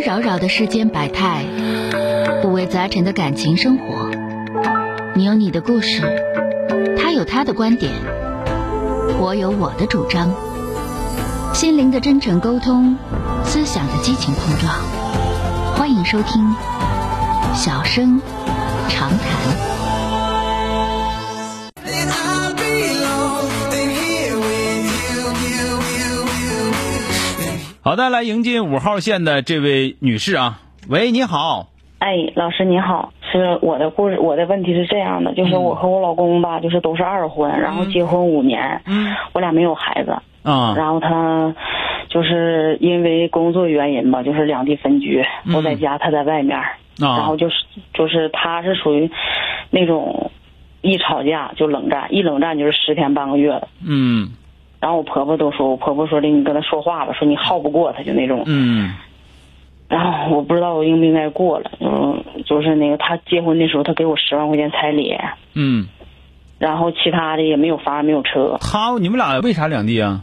扰扰的世间百态，五味杂陈的感情生活。你有你的故事，他有他的观点，我有我的主张。心灵的真诚沟通，思想的激情碰撞。欢迎收听小声长谈。 好的，来迎接5号线的这位女士啊。喂，你好。 哎，老师你好，是我的故事，我的问题是这样的，就是我和我老公吧，就是都是二婚，然后结婚5年，我俩没有孩子啊， 然后他就是因为工作原因吧，就是两地分居，我在家，他在外面，然后就是他是属于那种一吵架就冷战，一冷战就是10天半个月的，然后我婆婆都说，我婆婆说的你跟他说话吧，说你耗不过他就那种，然后我不知道我应不应该过了，就是那个他结婚的时候，他给我10万块钱彩礼，然后其他的也没有房没有车。 你们俩为啥两地啊？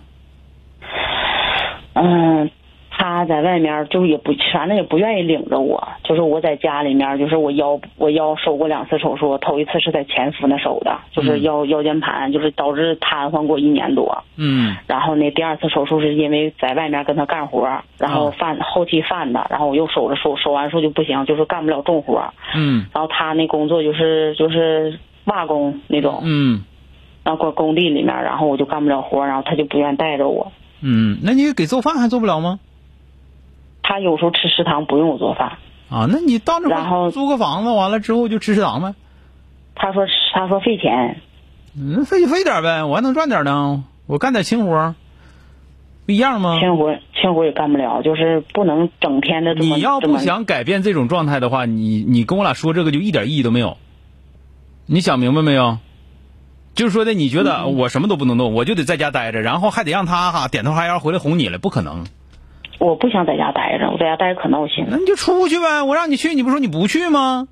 他在外面就也不，反正也不愿意领着我，就是我在家里面，就是我腰手过2次手术，头一次是在前腹那手的，就是腰间盘，就是导致瘫痪过1年多。然后那第2次手术是因为在外面跟他干活，然后后期犯的，然后我又手完术就不行，就是干不了重活。然后他那工作就是瓦工那种。然后工地里面，然后我就干不了活，然后他就不愿带着我。 那你给做饭还做不了吗？ 他有时候吃食堂不用我做饭啊，那你到那块租个房子，完了之后就吃食堂呗。 他说费钱， 费点呗，我还能赚点呢，我干点轻活，不一样吗？ 轻活也干不了，就是不能整天的这么。 你要不想改变这种状态的话，你跟我俩说这个就一点意义都没有。你想明白没有？就是说的，你觉得我什么都不能动，我就得在家待着，然后还得让他点头哈腰回来哄你了，不可能。 我不想在家待着，我在家待着可闹心。 那你就出去呗，我让你去，你不说你不去吗？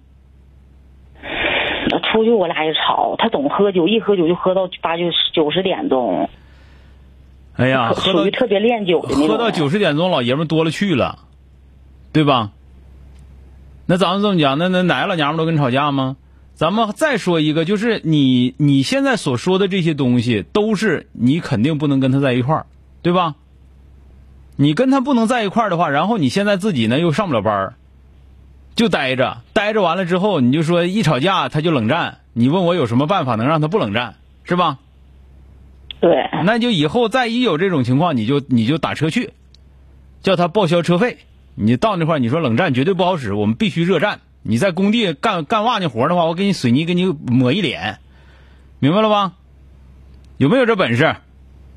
出去我俩也吵，他总喝酒，一喝酒就喝到8、9、10点钟。 哎呀， 属于特别恋酒的那种。 喝到90点钟，老爷们多了去了，对吧？那咱们这么讲，那哪个老娘们都跟你吵架吗？咱们再说一个，就是你现在所说的这些东西，都是你肯定不能跟他在一块儿，对吧？你跟他不能在一块儿的话，然后你现在自己呢又上不了班，就待着完了之后，你就说一吵架他就冷战，你问我有什么办法能让他不冷战，是吧？ 对。 那就以后再一有这种情况，你就打车去，叫他报销车费。你到那块儿，你说冷战绝对不好使，我们必须热战。你在工地干瓦匠活的话，我给你水泥给你抹一脸，明白了吧？有没有这本事？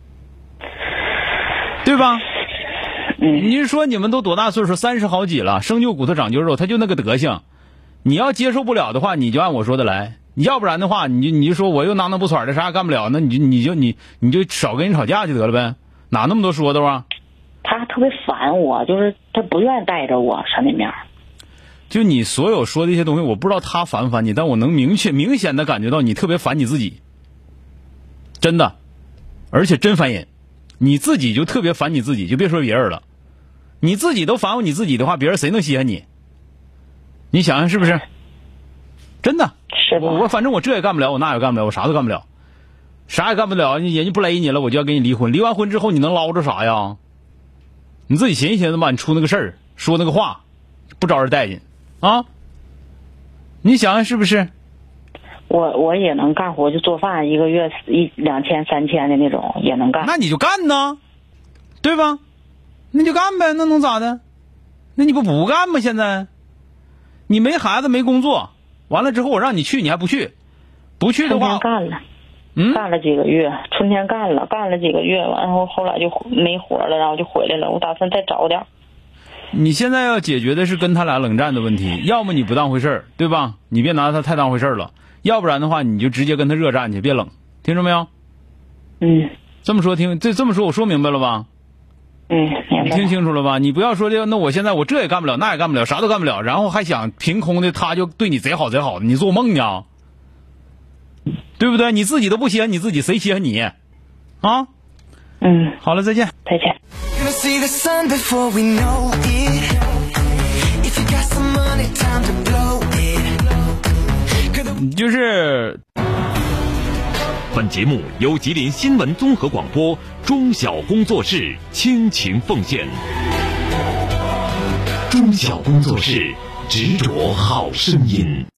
对吧？你说你们都多大岁数，30好几了，生就骨头长就肉，他就那个德行。你要接受不了的话，你就按我说的来；要不然的话，你就说我又囔囔不喘的，啥也干不了，那你就少跟人吵架就得了呗，哪那么多说的啊？ 他特别烦我，就是他不愿意带着我上那面。 就你所有说的一些东西，我不知道他烦不烦你，但我能明显的感觉到你特别烦你自己，真的，而且真烦人。你自己就特别烦你自己，就别说别人了，你自己都烦我你自己的话，别人谁能稀罕你？你想想是不是？真的， 是的。 我反正我这也干不了，我那也干不了，我啥都干不了，啥也干不了。人家不勒你了，我就要跟你离婚。离完婚之后，你能捞着啥呀？你自己寻思寻思吧，你出那个事儿，说那个话，不招人待见啊？你想想是不是？ 我也能干活，就做饭，1个月2000、3000的那种也能干。 那你就干呢，对吧？那就干呗，那能咋的？那你不干吗？现在你没孩子没工作，完了之后我让你去，你还不去？不去的话， 干了，干了几个月，春天干了几个月，然后后来就没活了，然后就回来了。我打算再找点。 你现在要解决的是跟他俩冷战的问题，要么你不当回事儿，对吧？你别拿他太当回事儿了，要不然的话你就直接跟他热战去，别冷，听着没有？这么说这么说我说明白了吧？ 明白。 你听清楚了吧？你不要说那我现在我这也干不了，那也干不了，啥都干不了，然后还想凭空的他就对你贼好的，你做梦呢？对不对？你自己都不稀罕你自己，谁稀罕你？啊？好了，再见。 再见。 就是本节目由吉林新闻综合广播中小工作室倾情奉献。中小工作室，执着好声音。